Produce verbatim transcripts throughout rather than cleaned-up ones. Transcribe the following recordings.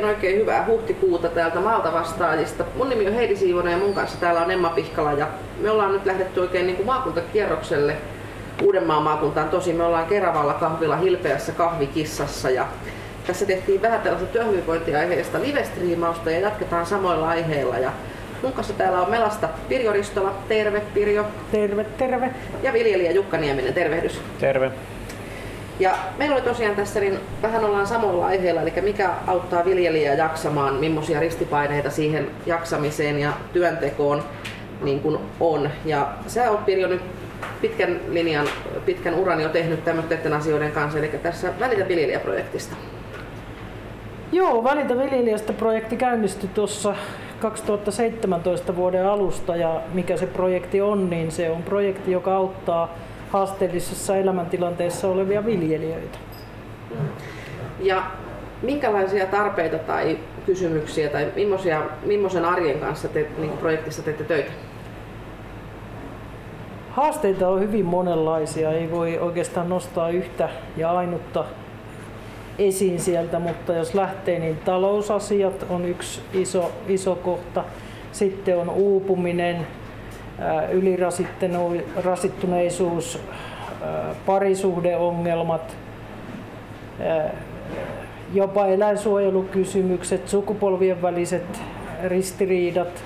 Oikein oikein hyvää huhtikuuta täältä Maalta vastaajista. Mun nimi on Heidi Siivonen ja mun kanssa täällä on Emma Pihkala ja me ollaan nyt lähdetty oikein niin kuin maakuntakierrokselle Uudenmaan maakuntaan. Tosi me ollaan Keravalla kahvilla Hilpeässä kahvikissassa ja tässä tehtiin vähän tällaista työhyvinvointiaiheesta live-striimausta ja jatketaan samoilla aiheilla. Ja mun kanssa täällä on Melasta Pirjo Ristola. Terve Pirjo. Terve, terve. Ja viljelijä Jukka Nieminen. Tervehdys. Terve. Ja meillä oli tosiaan tässä, niin vähän ollaan samoilla aiheilla, eli mikä auttaa viljelijää jaksamaan, millaisia ristipaineita siihen jaksamiseen ja työntekoon niin kuin on. Ja sä oot Pirjo nyt pitkän linjan, pitkän uran jo tehnyt tämmöisten asioiden kanssa, eli tässä Välitä viljelijäprojektista. Joo, Välitä viljelijästä projekti käynnistyi tuossa kaksituhattaseitsemäntoista vuoden alusta ja mikä se projekti on, niin se on projekti, joka auttaa haasteellisessa elämäntilanteessa olevia viljelijöitä. Ja minkälaisia tarpeita tai kysymyksiä tai millaisen arjen kanssa te niin projektissa teette töitä? Haasteita on hyvin monenlaisia, ei voi oikeastaan nostaa yhtä ja ainutta esiin sieltä, mutta jos lähtee, niin talousasiat on yksi iso, iso kohta. Sitten on uupuminen, ylirasittuneisuus, parisuhdeongelmat, jopa eläinsuojelukysymykset, sukupolvien väliset ristiriidat,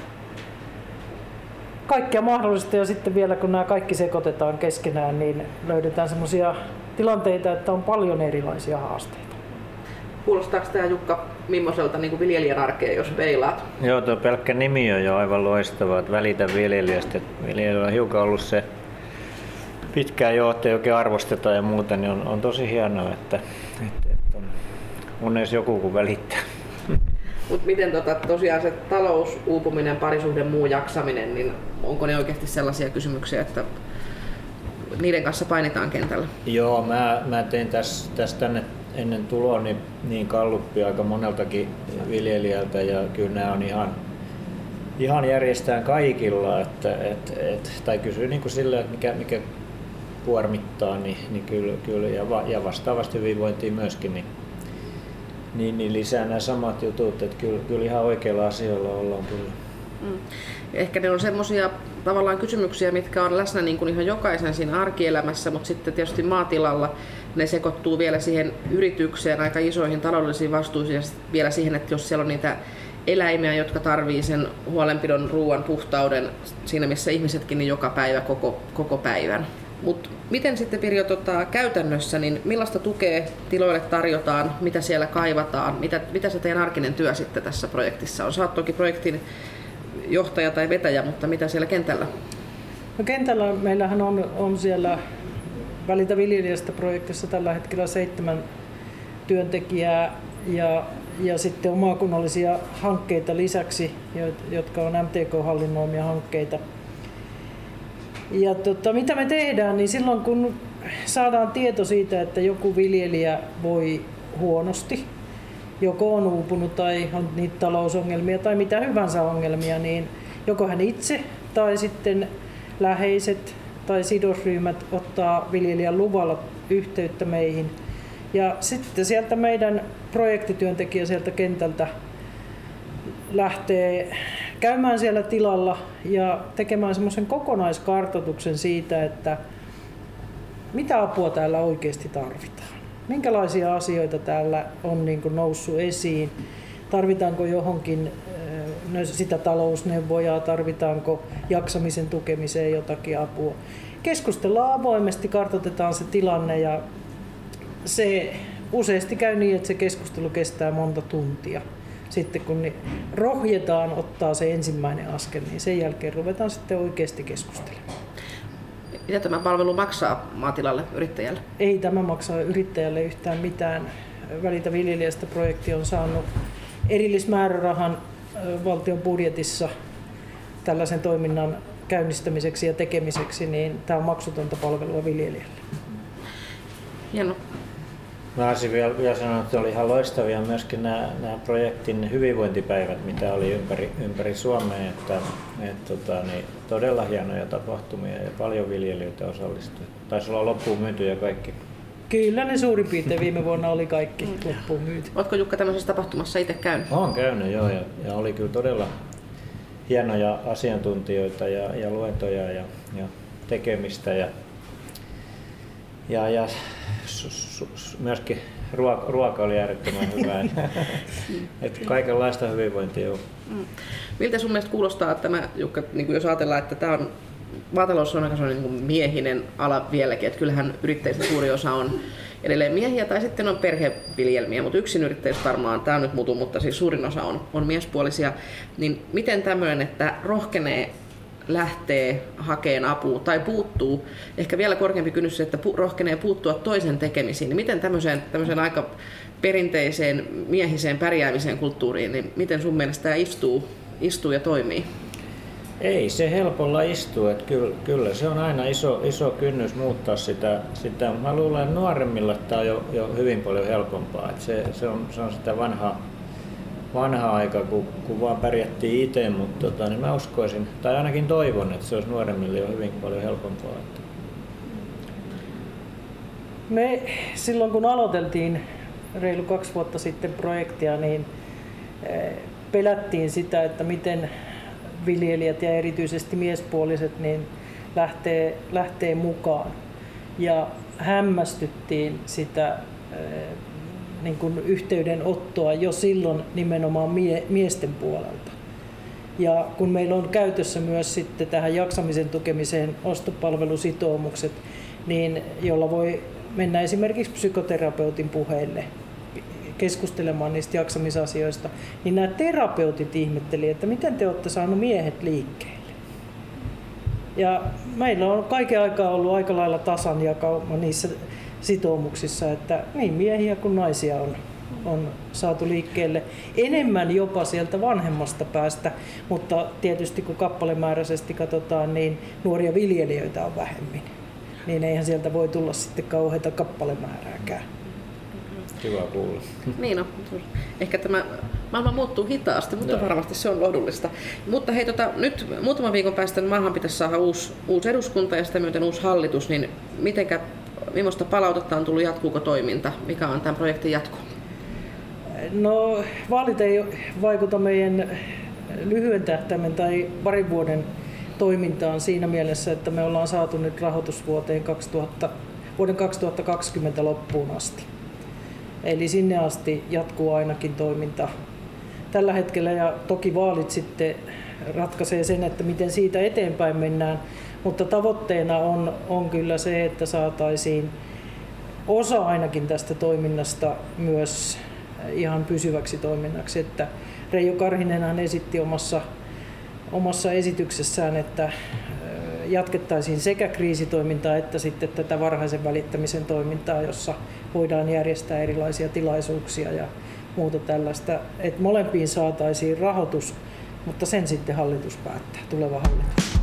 kaikkea mahdollista. Ja sitten vielä kun nämä kaikki sekoitetaan keskenään, niin löydetään sellaisia tilanteita, että on paljon erilaisia haasteita. Kuulostaako tämä Jukka millaiselta niin kuin viljelijän arkeen, jos peilaat? Joo, tuo pelkkä nimi on jo aivan loistava, että Välitä viljelijästä. Viljelijällä on hiukan ollut se pitkään jo, että oikein arvostetaan ja muuta, niin on, on tosi hienoa, että, että, että on, on edes joku kun välittää. Mutta miten tota, tosiaan se talous, uupuminen, parisuhde, muu jaksaminen, niin onko ne oikeasti sellaisia kysymyksiä, että niiden kanssa painitaan kentällä? Joo, mä, mä tein tässä täs tänne ennen tuloa niin, niin kalluppia aika moneltakin viljelijältä ja kyllä nämä on ihan, ihan järjestään kaikilla, että, et, et, tai kysyy niin kuin sillä, että mikä, mikä kuormittaa, niin, niin kyllä, kyllä ja, va, ja vastaavasti hyvinvointia myöskin, niin, niin, niin lisää nämä samat jutut, että kyllä, kyllä ihan oikeilla asioilla ollaan kyllä. Mm. Ehkä ne on semmoisia tavallaan kysymyksiä, mitkä on läsnä niin kuin ihan jokaisen siinä arkielämässä, mutta sitten tietysti maatilalla ne sekoittuu vielä siihen yritykseen, aika isoihin taloudellisiin vastuisiin ja vielä siihen, että jos siellä on niitä eläimiä, jotka tarvii sen huolenpidon, ruoan, puhtauden, siinä missä ihmisetkin, niin joka päivä, koko, koko päivän. Mut miten sitten Pirjo tota, käytännössä, niin millaista tukea tiloille tarjotaan, mitä siellä kaivataan, mitä, mitä se teidän arkinen työ sitten tässä projektissa on? Sä oot toki projektin johtaja tai vetäjä, mutta mitä siellä kentällä? No kentällä meillähän on, on siellä Välitä viljelijästä projektissa tällä hetkellä seitsemän työntekijää ja, ja sitten on maakunnallisia hankkeita lisäksi, jotka on M T K-hallinnoimia hankkeita. Ja tota, mitä me tehdään, niin silloin kun saadaan tieto siitä, että joku viljelijä voi huonosti, joko on uupunut tai on niitä talousongelmia tai mitä hyvänsä ongelmia, niin joko hän itse tai sitten läheiset tai sidosryhmät ottaa viljelijän luvalla yhteyttä meihin. Ja sitten sieltä meidän projektityöntekijä sieltä kentältä lähtee käymään siellä tilalla ja tekemään semmoisen kokonaiskartoituksen siitä, että mitä apua täällä oikeasti tarvitaan. Minkälaisia asioita täällä on niin kuin noussut esiin? Tarvitaanko johonkin sitä talousneuvojaa, tarvitaanko jaksamisen tukemiseen jotakin apua? Keskustellaan avoimesti, kartoitetaan se tilanne ja se useasti käy niin, että se keskustelu kestää monta tuntia. Sitten kun rohjetaan ottaa se ensimmäinen askel, niin sen jälkeen ruvetaan sitten oikeasti keskustelemaan. Mitä tämä palvelu maksaa maatilalle, yrittäjälle? Ei tämä maksaa yrittäjälle yhtään mitään. Välitä viljelijästä projekti on saanut erillismäärärahan valtion budjetissa tällaisen toiminnan käynnistämiseksi ja tekemiseksi, niin tämä on maksutonta palvelua viljelijälle. Hieno. Mä olisin vielä, vielä sanonut, että oli ihan loistavia myöskin nämä, nämä projektin hyvinvointipäivät, mitä oli ympäri, ympäri Suomea. Että, et, tota, niin, todella hienoja tapahtumia ja paljon viljelijöitä osallistui. Taisi olla loppuun myyty ja kaikki. Kyllä ne suurin piirtein viime vuonna oli kaikki mm. loppuun myyty. Oletko Jukka tämmöisessä tapahtumassa itse käynyt? Olen käynyt joo, ja, ja oli kyllä todella hienoja asiantuntijoita ja, ja luentoja ja, ja tekemistä ja, ja, ja su, su, su, myöskin ruoka, ruoka oli äärettömän hyvää. Et kaikenlaista hyvinvointia on. Mm. Miltä sun mielestä kuulostaa tämä, Jukka, niin jos ajatellaan, että tämä on, maatalous on aika niin kuin miehinen ala vieläkin, että kyllähän yrittäjistä suuri osa on edelleen miehiä tai sitten on perheviljelmiä, mutta yksinyrittäjistä varmaan, tämä on nyt mutu, mutta siis suurin osa on, on miespuolisia, niin miten tämmöinen, että rohkenee lähtee hakeen apua tai puuttuu, ehkä vielä korkeampi kynnys, että pu, rohkenee puuttua toisen tekemisiin, niin miten tämmöiseen, tämmöiseen aika perinteiseen miehiseen pärjäämiseen kulttuuriin, niin miten sun mielestä tämä istuu, istuu ja toimii? Ei se helpolla istu, että kyllä, kyllä se on aina iso, iso kynnys muuttaa sitä, sitä. Mä luulen, että nuoremmilla tämä on jo, jo hyvin paljon helpompaa. Että se, se, on, se on sitä vanhaa vanha aika, kun, kun vaan pärjättiin itse, mutta tota, niin mä uskoisin, tai ainakin toivon, että se olisi nuoremmille jo hyvin paljon helpompaa. Että. Me silloin kun aloiteltiin reilu kaksi vuotta sitten projektia, niin pelättiin sitä, että miten viljelijät ja erityisesti miespuoliset niin lähtee, lähtee mukaan. Ja hämmästyttiin sitä niin kuin yhteydenottoa jo silloin nimenomaan mie- miesten puolelta. Ja kun meillä on käytössä myös sitten tähän jaksamisen tukemiseen ostopalvelusitoumukset, niin jolla voi mennä esimerkiksi psykoterapeutin puheille keskustelemaan niistä jaksamisasioista, niin nämä terapeutit ihmetteli, että miten te olette saaneet miehet liikkeelle. Ja meillä on kaiken aikaa ollut aika lailla tasanjakauma niissä sitoumuksissa, että niin miehiä kuin naisia on, on saatu liikkeelle enemmän jopa sieltä vanhemmasta päästä, mutta tietysti kun kappalemääräisesti katsotaan, niin nuoria viljelijöitä on vähemmän, niin eihän sieltä voi tulla sitten kauheita kappalemäärääkään. Hyvä kuulla. Niin no, ehkä tämä maailma muuttuu hitaasti, mutta no. varmasti se on lohdullista. Mutta hei, tota, nyt muutaman viikon päästä maahan pitäisi saada uusi, uusi eduskunta ja sitä myöten uusi hallitus, niin mitenkä, millaista palautetta on tullut, jatkuuko toiminta, mikä on tämän projektin jatko? No vaalit ei vaikuta meidän lyhyen tähtäimen tai parin vuoden toimintaan siinä mielessä, että me ollaan saatu nyt rahoitus vuoteen kaksituhatta, vuoden kaksituhattakaksikymmentä loppuun asti. Eli sinne asti jatkuu ainakin toiminta tällä hetkellä ja toki vaalit sitten ratkaisee sen, että miten siitä eteenpäin mennään, mutta tavoitteena on, on kyllä se, että saataisiin osa ainakin tästä toiminnasta myös ihan pysyväksi toiminnaksi. Että Reijo Karhinenhan esitti omassa, omassa esityksessään, että jatkettaisiin sekä kriisitoimintaa että sitten tätä varhaisen välittämisen toimintaa, jossa voidaan järjestää erilaisia tilaisuuksia ja muuta tällaista. Että molempiin saataisiin rahoitus, mutta sen sitten hallitus päättää, tuleva hallitus.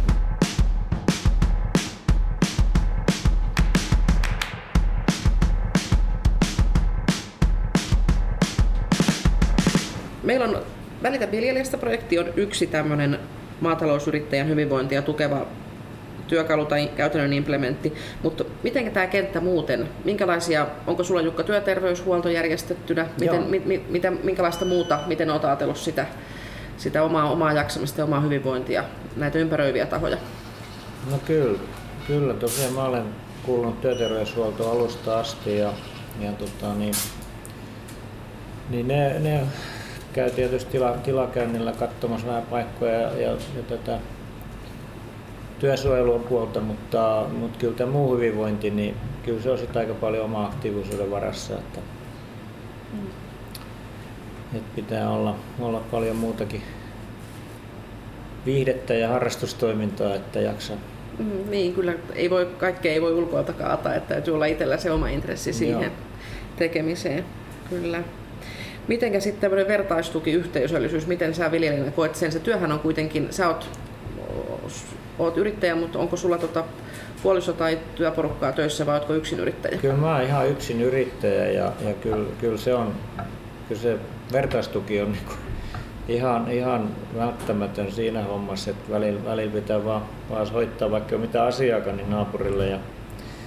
Meillä on Välitä viljelijästä -projekti on yksi tämmöinen maatalousyrittäjän hyvinvointia tukeva työkalu tai käytännön implementti, mutta miten tämä kenttä muuten, minkälaisia, onko sulla Jukka työterveyshuolto järjestettynä, miten, mi, mi, mitä, minkälaista muuta, miten olet ajatellut sitä, sitä omaa, omaa jaksamista ja omaa hyvinvointia, näitä ympäröiviä tahoja? No kyllä, kyllä tosiaan mä olen kuulunut työterveyshuoltoa alusta asti ja, ja tota, niin, niin ne, ne käy tietysti tila, tilakäynnillä katsomassa vähän paikkoja ja, ja, ja tätä työsuojelua puolta, mutta, mutta kyllä tämä muu hyvinvointi, niin kyllä se on sitten aika paljon oma aktiivisuuden varassa, että, mm. että pitää olla, olla paljon muutakin viihdettä ja harrastustoimintaa, että jaksaa. Mm, niin, kyllä ei voi, kaikkea ei voi ulkoilta kaataa, että täytyy olla itsellä se oma intressi siihen Joo. tekemiseen. Kyllä. Mitenkä sitten tämmöinen vertaistuki, yhteisöllisyys, miten sä viljelijänä koet sen? Se työhän on kuitenkin, sä oot, oot yrittäjä, mutta onko sulla tota puoliso tai työporukkaa töissä vai ootko yksin yrittäjä? Kyllä mä oon ihan yksin yrittäjä ja, ja kyllä, kyllä, se on, kyllä se vertaistuki on niinku ihan, ihan välttämätön siinä hommassa, että välillä, välillä pitää vaan, vaan soittaa vaikka mitä asiakaan niin naapurille ja,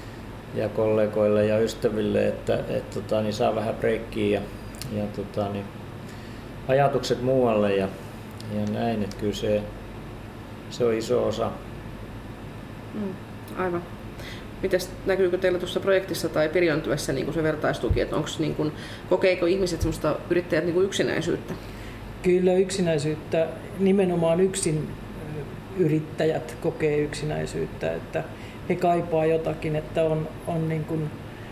ja kollegoille ja ystäville, että et, tota, niin saa vähän breikkiä ja, ja tota, niin, ajatukset muualle ja, ja näin, että kyllä se, se on iso osa. Mm, aivan. Mites, näkyykö teillä tuossa projektissa tai Pirjon-työssä niin se vertaistuki, että onko, niin kuin, kokeeko ihmiset semmoista yrittäjät niin kuin yksinäisyyttä? Kyllä yksinäisyyttä, nimenomaan yksin yrittäjät kokee yksinäisyyttä, että he kaipaa jotakin, että on, on niin kuin,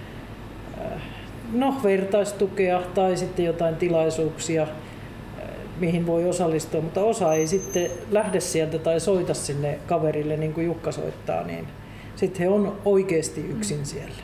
no, vertaistukea tai sitten jotain tilaisuuksia, mihin voi osallistua, mutta osa ei sitten lähde sieltä tai soita sinne kaverille niin kuin Jukka soittaa, niin sitten he on oikeasti yksin siellä.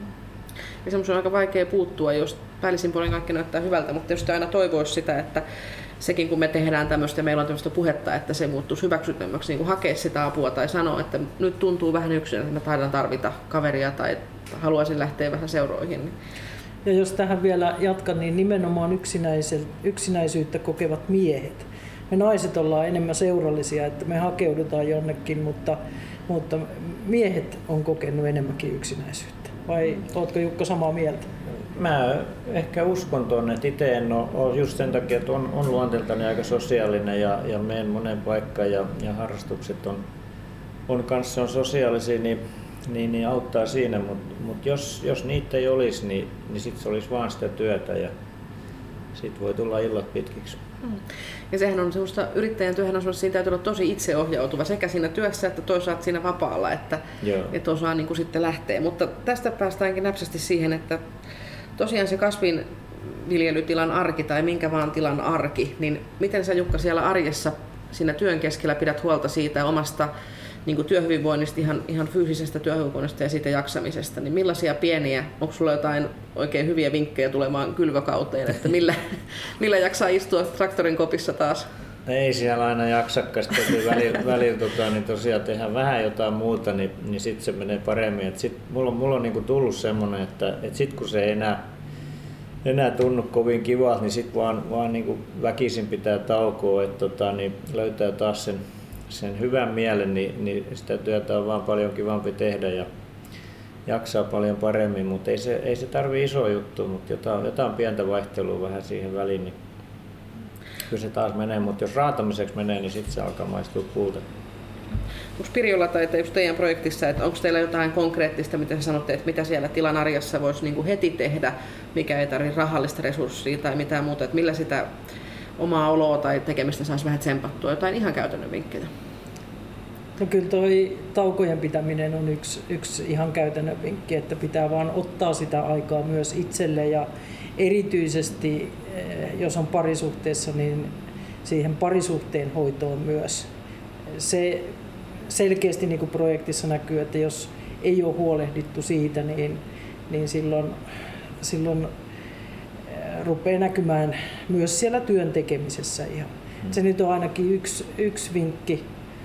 Ja semmoisen on aika vaikea puuttua, jos päällisin puolin kaikki näyttää hyvältä, mutta tietysti aina toivoisi sitä, että sekin kun me tehdään tämmöistä ja meillä on tämmöistä puhetta, että se muuttuisi hyväksyttäväksi, niin kuin hakea sitä apua tai sanoa, että nyt tuntuu vähän yksin, että mä taidan tarvita kaveria tai haluaisin lähteä vähän seuroihin. Ja jos tähän vielä jatkan, niin nimenomaan yksinäisyyttä kokevat miehet. Me naiset ollaan enemmän seurallisia, että me hakeudutaan jonnekin, mutta, mutta miehet on kokenut enemmänkin yksinäisyyttä. Vai oletko Jukka samaa mieltä? Mä ehkä uskon tuonne, että itse en ole just sen takia, että on, on luonteeltani aika sosiaalinen ja, ja menen moneen paikkaan ja, ja harrastukset on, on kanssa on sosiaalisia, niin, niin, niin auttaa siinä, mutta mut jos, jos niitä ei olisi, niin, niin sitten se olisi vaan sitä työtä ja sitten voi tulla illat pitkiksi. Hmm. Ja sehän on semmoista, yrittäjän työhän on semmoista, siinä täytyy olla tosi itseohjautuva sekä siinä työssä että toisaalta siinä vapaalla, että, että osaa niin kuin sitten lähteä. Mutta tästä päästäänkin näpsästi siihen, että tosiaan se kasvinviljelytilan arki tai minkä vaan tilan arki, niin miten sä Jukka siellä arjessa siinä työn keskellä pidät huolta siitä omasta niin kuin työhyvinvoinnista, ihan, ihan fyysisestä työhyvinvoinnista ja siitä jaksamisesta, niin millaisia pieniä, onko sulla jotain oikein hyviä vinkkejä tulemaan kylvökauteen, että millä, millä jaksaa istua traktorin kopissa taas? Ei siellä aina jaksakaan, sitten välillä, välillä tota, niin tosiaan tehdään vähän jotain muuta, niin, niin sitten se menee paremmin. Et sit, mulla on, mulla on niinku tullut semmoinen, että et sitten kun se ei enää, enää tunnu kovin kivalta, niin sitten vaan, vaan niinku väkisin pitää taukoa, että tota, niin löytää taas sen, sen hyvän mielen, niin, niin sitä työtä on vaan paljon kivampi tehdä ja jaksaa paljon paremmin, mutta ei se, ei se tarvitse iso juttu, mutta jotain, jotain pientä vaihtelua vähän siihen väliin. Niin kyllä se taas menee, mutta jos raatamiseksi menee, niin sitten se alkaa maistua puulta. Onko Pirjolla tai just teidän projektissa, että onko teillä jotain konkreettista, mitä sä sanotte, että mitä siellä tilan arjessa voisi niinku heti tehdä, mikä ei tarvitse rahallista resurssia tai mitään muuta, että millä sitä omaa oloa tai tekemistä saisi vähän tsempattua, jotain ihan käytännön vinkkejä? No kyllä toi taukojen pitäminen on yksi, yksi ihan käytännön vinkki, että pitää vaan ottaa sitä aikaa myös itselle ja erityisesti jos on parisuhteessa, niin siihen parisuhteen hoitoon myös. Se selkeästi niin kuin projektissa näkyy, että jos ei ole huolehdittu siitä, niin, niin silloin, silloin rupeaa näkymään myös siellä työn tekemisessä ihan. Se nyt on ainakin yksi, yksi vinkki.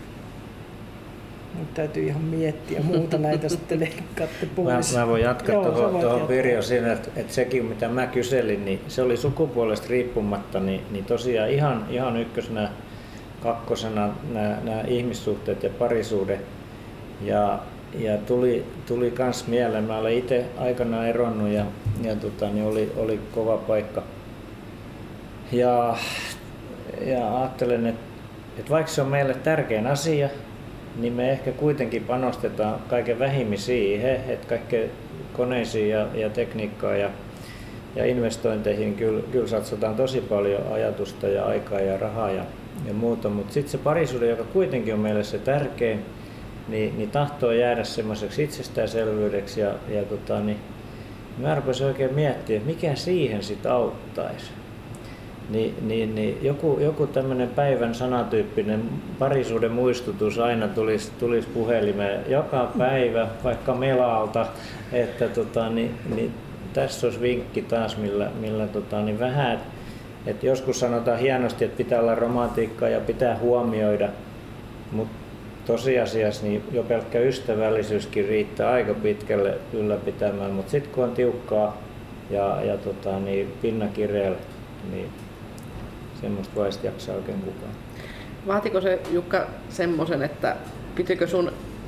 Nyt täytyy ihan miettiä muuta näitä sitten leikkaatte pois. Mä, mä voin jatkaa tuohon, tuohon Pirjo siinä, että, että sekin mitä mä kyselin, niin se oli sukupuolesta riippumatta, niin, niin tosiaan ihan, ihan ykkösenä, kakkosena nämä, nämä ihmissuhteet ja parisuhde. Ja, ja tuli, tuli kans mieleen, mä olen itse aikanaan eronnut ja, ja tota, niin oli, oli kova paikka. Ja, ja ajattelen, että, että vaikka se on meille tärkein asia, niin me ehkä kuitenkin panostetaan kaiken vähimmin siihen, että kaikkeen koneisiin ja, ja tekniikkaan ja, ja investointeihin kyllä, kyllä satsataan tosi paljon ajatusta ja aikaa ja rahaa ja, ja muuta, mutta sitten se parisuhde, joka kuitenkin on meille se tärkein, niin, niin tahtoo jäädä semmoiseksi itsestäänselvyydeksi ja, ja tota, niin mä rupesin oikein miettimään, että mikä siihen sitten auttaisi. Niin, niin, niin joku, joku tämmöinen päivän sanatyyppinen parisuuden muistutus aina tulisi, tulisi puhelimeen joka päivä, vaikka melalta, että tota, niin, niin tässä olisi vinkki taas, millä, millä tota, niin vähän, että joskus sanotaan hienosti, että pitää olla romantiikkaa ja pitää huomioida, mutta tosiasiassa niin jo pelkkä ystävällisyyskin riittää aika pitkälle ylläpitämään, mutta sitten kun on tiukkaa ja, ja tota, niin pinna kireellä, niin semmoista vaista jaksaa oikein kukaan. Vaatiko se Jukka semmoisen, että pitikö sun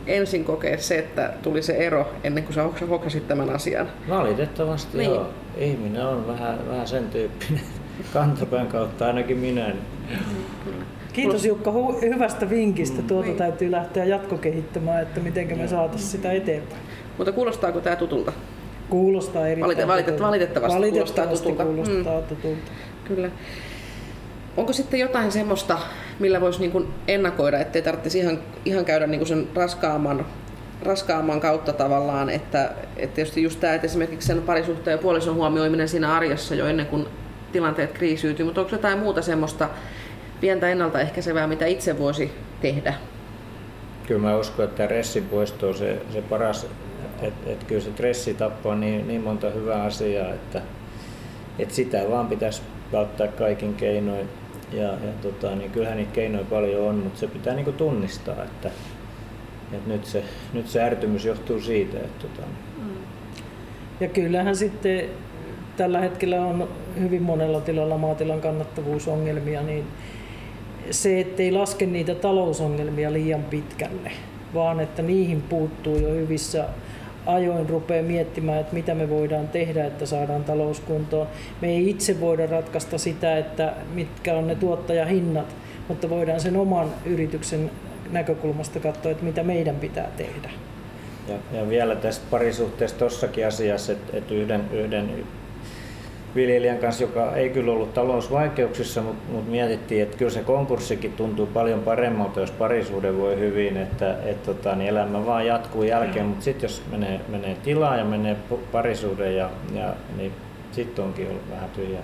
ensin kokea se, että tuli se ero ennen kuin sä hoksasit tämän asian? Valitettavasti niin. Joo. Ihminen on vähän, vähän sen tyyppinen. Kantapään kautta ainakin minä. Kiitos Jukka hyvästä vinkistä. Tuota täytyy lähteä jatkokehittämään, että miten me saataisiin sitä eteenpäin. Mutta kuulostaako tämä tutulta? Kuulostaa erittäin Valitet, tutulta. Valitettavasti, valitettavasti kuulostaa tutulta. Kuulostaa mm. tutulta. Kyllä. Onko sitten jotain semmoista, millä voisi niin kuin ennakoida, ettei tarvitsisi ihan, ihan käydä niin kuin sen raskaamman, raskaamman kautta tavallaan, että, että tietysti just tämä, että esimerkiksi sen parisuhteen ja puolison huomioiminen siinä arjessa jo ennen kuin tilanteet kriisiytyy, mutta onko jotain muuta semmoista pientä ennaltaehkäisevää, mitä itse voisi tehdä? Kyllä mä uskon, että stressin poisto on se, se paras, että et kyllä se stressi tappaa niin, niin monta hyvää asiaa, että et sitä vaan pitäisi välttää kaikin keinoin. Ja, ja tota, niin kyllähän niitä keinoja paljon on, mutta se pitää niinku tunnistaa, että, että nyt, se, nyt se ärtymys johtuu siitä. Että, tota, mm. Ja kyllähän sitten tällä hetkellä on hyvin monella tilalla maatilan kannattavuusongelmia, niin se, ettei laske niitä talousongelmia liian pitkälle, vaan että niihin puuttuu jo hyvissä ajoin, rupeaa miettimään, että mitä me voidaan tehdä, että saadaan talous kuntoon. Me ei itse voida ratkaista sitä, että mitkä on ne tuottajahinnat, mutta voidaan sen oman yrityksen näkökulmasta katsoa, että mitä meidän pitää tehdä. Ja, ja vielä tästä parisuhteesta tossakin asiassa, että, että yhden, yhden viljelijän kanssa, joka ei kyllä ollut talousvaikeuksissa, mutta, mutta mietittiin, että kyllä se konkurssikin tuntuu paljon paremmalta, jos parisuhde voi hyvin, että, että tota, niin elämä vaan jatkuu jälkeen, mutta sitten jos menee, menee tilaa ja menee parisuhde, ja, ja, niin sitten onkin ollut vähän tyhjää.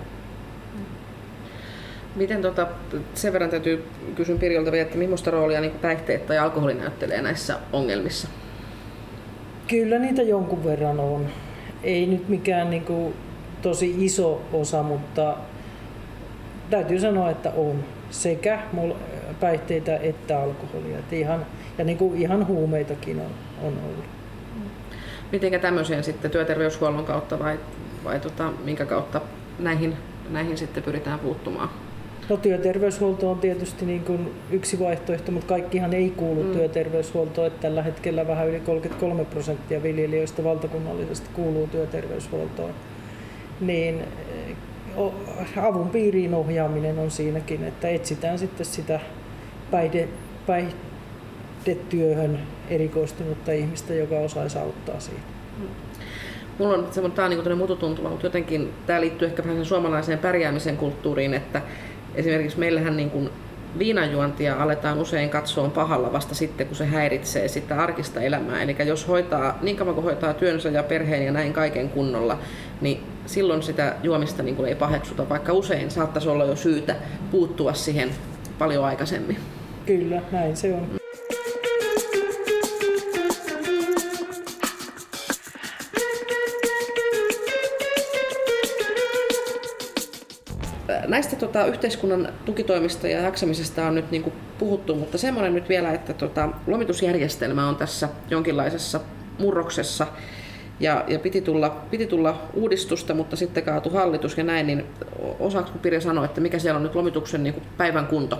Miten tota, sen verran täytyy kysyä Pirjolta vielä, että millaista roolia niin päihteet tai alkoholi näyttelee näissä ongelmissa? Kyllä niitä jonkun verran on. Ei nyt mikään niin kuin tosi iso osa, mutta täytyy sanoa, että on sekä päihteitä että alkoholia. Että ihan, ja niin kuin ihan huumeitakin on, on ollut. Mitenkä tämmöiseen sitten työterveyshuollon kautta vai, vai tota, minkä kautta näihin, näihin sitten pyritään puuttumaan? No, työterveyshuolto on tietysti niin kuin yksi vaihtoehto, mutta kaikkihan ei kuulu mm. työterveyshuoltoon. Että tällä hetkellä vähän yli kolmekymmentäkolme prosenttia viljelijöistä valtakunnallisesti kuuluu työterveyshuoltoon. Niin avun piiriin ohjaaminen on siinäkin, että etsitään sitten sitä päihde, päihdetyöhön erikoistunutta ihmistä, joka osaisi auttaa siitä. Mulla on semmoinen, tämä on niin mututuntuma, mutta jotenkin tämä liittyy ehkä vähän suomalaiseen pärjäämisen kulttuuriin, että esimerkiksi meillähän niin kuin viinanjuontia aletaan usein katsoa pahalla vasta sitten, kun se häiritsee sitä arkista elämää. Eli jos hoitaa, niin kauan kuin hoitaa työnsä ja perheen ja näin kaiken kunnolla, niin silloin sitä juomista niin kuin ei paheksuta, vaikka usein saattaisi olla jo syytä puuttua siihen paljon aikaisemmin. Kyllä, näin se on. Näistä tota, yhteiskunnan tukitoimista ja jaksamisesta on nyt niin kuin puhuttu, mutta semmoinen nyt vielä, että tota, lomitusjärjestelmä on tässä jonkinlaisessa murroksessa ja, ja piti, tulla, piti tulla uudistusta, mutta sitten kaatui hallitus ja näin, niin osaatko Pirja sanoa, että mikä siellä on nyt lomituksen niin kuin päivän kunto?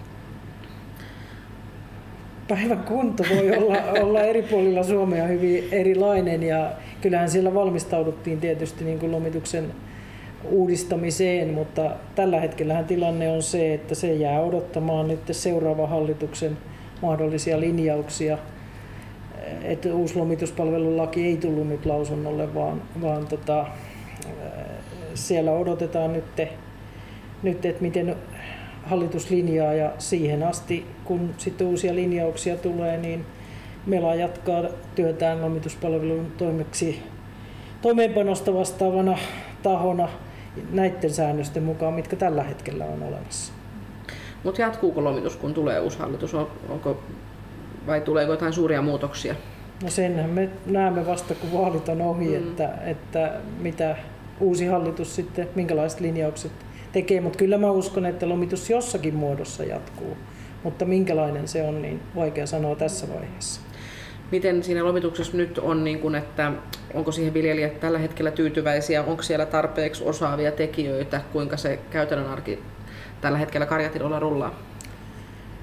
Päivän kunto voi olla, olla eri puolilla Suomea hyvin erilainen ja kyllähän siellä valmistauduttiin tietysti niin kuin lomituksen uudistamiseen, mutta tällä hetkellähän tilanne on se, että se jää odottamaan nyt seuraavan hallituksen mahdollisia linjauksia. Että uusi lomituspalvelulaki ei tullut nyt lausunnolle, vaan, vaan tota, siellä odotetaan nyt, nyt, että miten hallitus linjaa ja siihen asti, kun sitten uusia linjauksia tulee, niin Mela jatkaa työtään lomituspalvelun toimeksi toimeenpanosta vastaavana tahona näiden säännösten mukaan, mitkä tällä hetkellä on olemassa. Mutta jatkuuko lomitus, kun tulee uusi hallitus, onko, vai tuleeko jotain suuria muutoksia? No senhän me näemme vasta, kun vaalit on ohi, mm. että, että mitä uusi hallitus sitten, minkälaiset linjaukset tekee, mutta kyllä mä uskon, että lomitus jossakin muodossa jatkuu, mutta minkälainen se on, niin vaikea sanoa tässä vaiheessa. Miten siinä lomituksessa nyt on, niin kun, että onko siihen viljelijät tällä hetkellä tyytyväisiä, onko siellä tarpeeksi osaavia tekijöitä, kuinka se käytännön arki tällä hetkellä karjatiloilla rullaa?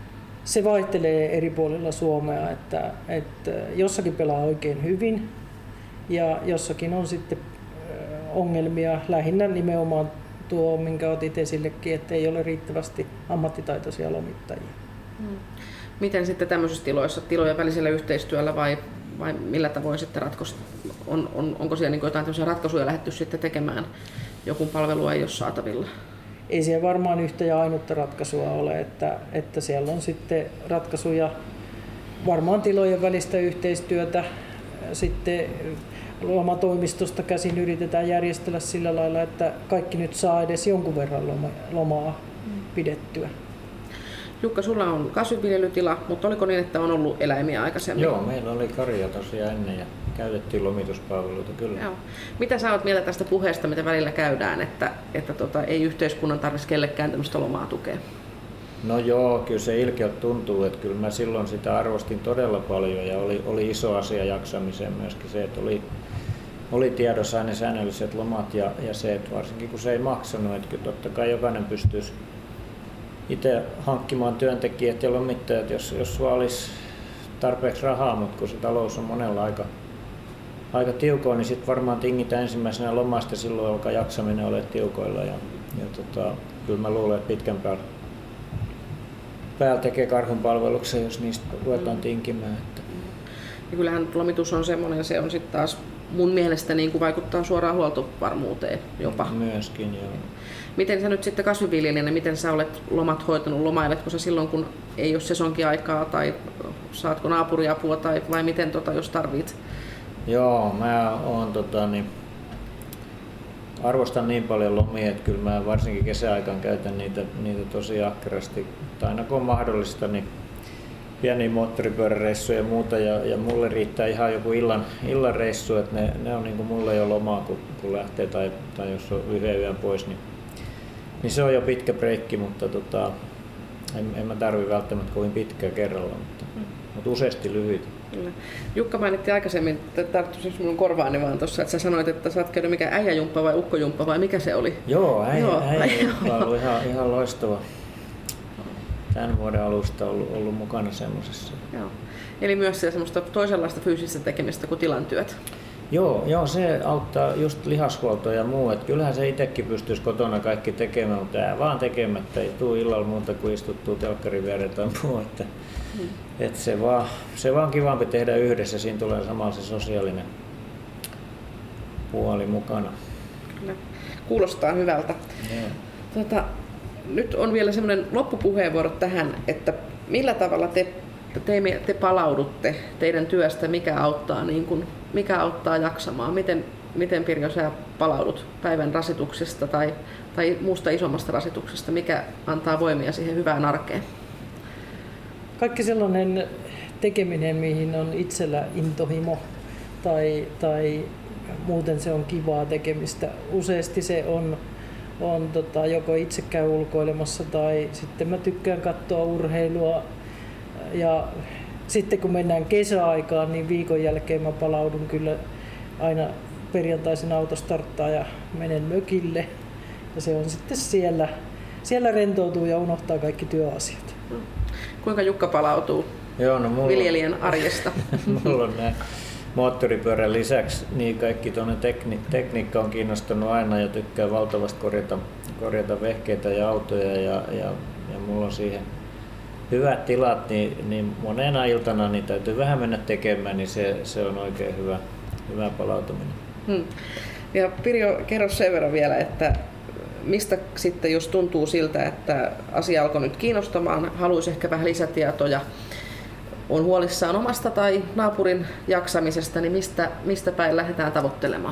se vaihtelee eri puolilla Suomea, että, että jossakin pelaa oikein hyvin ja jossakin on sitten ongelmia, lähinnä nimenomaan tuo, minkä otit esillekin, että ei ole riittävästi ammattitaitoisia lomittajia. Hmm. Miten sitten tämmöisissä tiloissa, tilojen välisellä yhteistyöllä vai, vai millä tavoin sitten ratkos, on, on, onko siellä niin jotain ratkaisuja lähdetty sitten tekemään, joku palvelu ei ole saatavilla? Ei siellä varmaan yhtä ja ainutta ratkaisua ole, että, että siellä on sitten ratkaisuja, varmaan tilojen välistä yhteistyötä, sitten lomatoimistosta käsin yritetään järjestellä sillä lailla, että kaikki nyt saa edes jonkun verran lomaa pidettyä. Jukka, sulla on kasvinviljelytila, mutta oliko niin, että on ollut eläimiä aikaisemmin? Joo, meillä oli karja tosiaan ennen ja käytettiin lomituspalveluita kyllä. Joo. Mitä sä oot mieltä tästä puheesta, mitä välillä käydään, että, että tota, ei yhteiskunnan tarvitsisi kellekään tämmöistä lomaa tukea? No joo, kyllä se ilkeältä tuntuu, että kyllä mä silloin sitä arvostin todella paljon ja oli, oli iso asia jaksamiseen myöskin se, että oli, oli tiedossa ne säännölliset lomat ja, ja se, että varsinkin kun se ei maksanut, että kyllä totta kai jokainen pystyisi itse hankkimaan työntekijät ja lomittajat, jos, jos sulla olisi tarpeeksi rahaa, mutta kun se talous on monella aika, aika tiukoin, niin sitten varmaan tingitään ensimmäisenä lomasta, silloin alkaa jaksaminen ole tiukoilla ja, ja tota, kyllä mä luulen, että pitkän päällä päällä tekee karhunpalveluksen, jos niistä ruvetaan tinkimään. Että. Ja kyllähän lomitus on semmoinen, se on sitten taas mun mielestä niin kuin vaikuttaa suoraan huoltovarmuuteen jopa. Myöskin, joo. Miten sä nyt sitten kasvinviljelijänä, miten sä olet lomat hoitanut, lomailetko sä silloin, kun ei ole sesonkiaikaa tai saatko naapuriapua tai vai miten, tota, jos tarvit? Joo, mä oon tota, niin, arvostan niin paljon lomia, että kyllä mä varsinkin kesäaikaan käytän niitä, niitä tosi ahkerasti. Tai aina kun on mahdollista, niin pieniä moottoripyöräreissuja ja muuta. Ja, ja mulle riittää ihan joku illan, illan reissu, että ne, ne on niin kuin mulle jo lomaa, kun, kun lähtee tai, tai jos on yhden yön pois. Niin, niin se on jo pitkä breikki, mutta tota, en, en mä tarvi välttämättä kovin pitkää kerralla, mutta, mm. mutta useasti lyhyitä. Kyllä. Jukka mainitti aikaisemmin, että tarttuisi minun korvaani vaan tuossa, että sä sanoit, että sä oot käynyt mikä äijäjumppa vai ukkojumppa vai mikä se oli? Joo, äijäjumppa on ollut ihan, ihan loistava. Tämän vuoden alusta ollut, ollut mukana semmoisessa. Joo. Eli myös semmoista toisenlaista fyysistä tekemistä kuin tilantyöt. Joo, joo, se auttaa just lihashuoltoa ja muu. Et kyllähän se itsekin pystyisi kotona kaikki tekemään, mutta jää vaan tekemättä. Ei tule illalla muuta kuin istuttuu telkkarin viereen tai muu. Että, hmm. et se, vaan, se vaan kivampi tehdä yhdessä. Siinä tulee samalla se sosiaalinen puoli mukana. Kyllä. Kuulostaa hyvältä. Tota, nyt on vielä semmoinen loppupuheenvuoro tähän, että millä tavalla te, te, te palaudutte teidän työstä, mikä auttaa, niin kun, mikä auttaa jaksamaan? Miten, miten Pirjo, sä palaudut päivän rasituksesta tai, tai muusta isommasta rasituksesta? Mikä antaa voimia siihen hyvään arkeen? Kaikki sellainen tekeminen, mihin on itsellä intohimo tai, tai muuten se on kivaa tekemistä. Useasti se on on tota, joko itse käy ulkoilemassa tai sitten mä tykkään katsoa urheilua ja sitten kun mennään kesäaikaan, niin viikon jälkeen mä palaudun kyllä aina perjantaisin autostarttaa ja menen mökille ja se on sitten siellä, siellä rentoutuu ja unohtaa kaikki työasiat. Kuinka Jukka palautuu Joo, no mulla, viljelijän arjesta? Mulla on nämä moottoripyörän lisäksi niin kaikki tuonne tekni, tekniikka on kiinnostanut aina ja tykkää valtavasti korjata, korjata vehkeitä ja autoja ja, ja, ja mulla on siihen hyvät tilat, niin, niin monena iltana niin täytyy vähän mennä tekemään, niin se, se on oikein hyvä, hyvä palautuminen. Hmm. Ja Pirjo, kerro sen verran vielä, että mistä sitten, jos tuntuu siltä, että asia alkoi nyt kiinnostamaan, haluaisi ehkä vähän lisätietoja, on huolissaan omasta tai naapurin jaksamisesta, niin mistä, mistä päin lähdetään tavoittelemaan?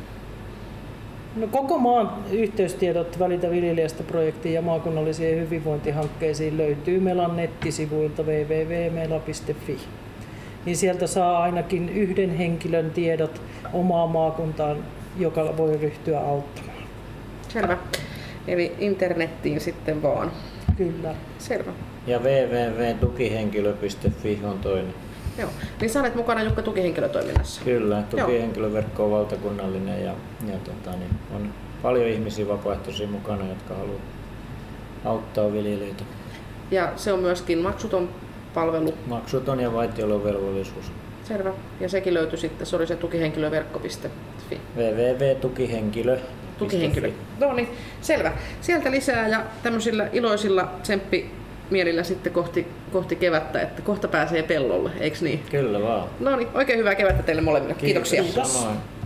No, koko maan yhteystiedot Välitä viljelijästä -projektiin ja maakunnallisiin hyvinvointihankkeisiin löytyy Melan nettisivuilta double-u double-u double-u piste mela piste fi. Niin sieltä saa ainakin yhden henkilön tiedot omaan maakuntaan, joka voi ryhtyä auttamaan. Selvä. Eli internettiin sitten vaan. Kyllä. Selvä. Ja double-u double-u double-u piste tukihenkilö piste fi on toinen. Joo. Niin sä olet mukana Jukka tukihenkilötoiminnassa. Kyllä, tukihenkilöverkko on valtakunnallinen ja, ja tota, niin on paljon ihmisiä vapaaehtoisia mukana, jotka haluaa auttaa viljelijöitä. Ja se on myöskin maksuton palvelu. Maksuton ja vaitiolovelvollisuus. Selvä. Ja sekin löytyy sitten, se oli se tukihenkilöverkko piste fi. double-u double-u double-u piste tukihenkilö piste fi. Tukihenkilö. No niin, selvä. Sieltä lisää ja tämmöisillä iloisilla tsemppimielillä sitten kohti, kohti kevättä, että kohta pääsee pellolle, eikö niin? Kyllä vaan. No niin, oikein hyvää kevättä teille molemmille. Kiitos. Kiitoksia. Samoin.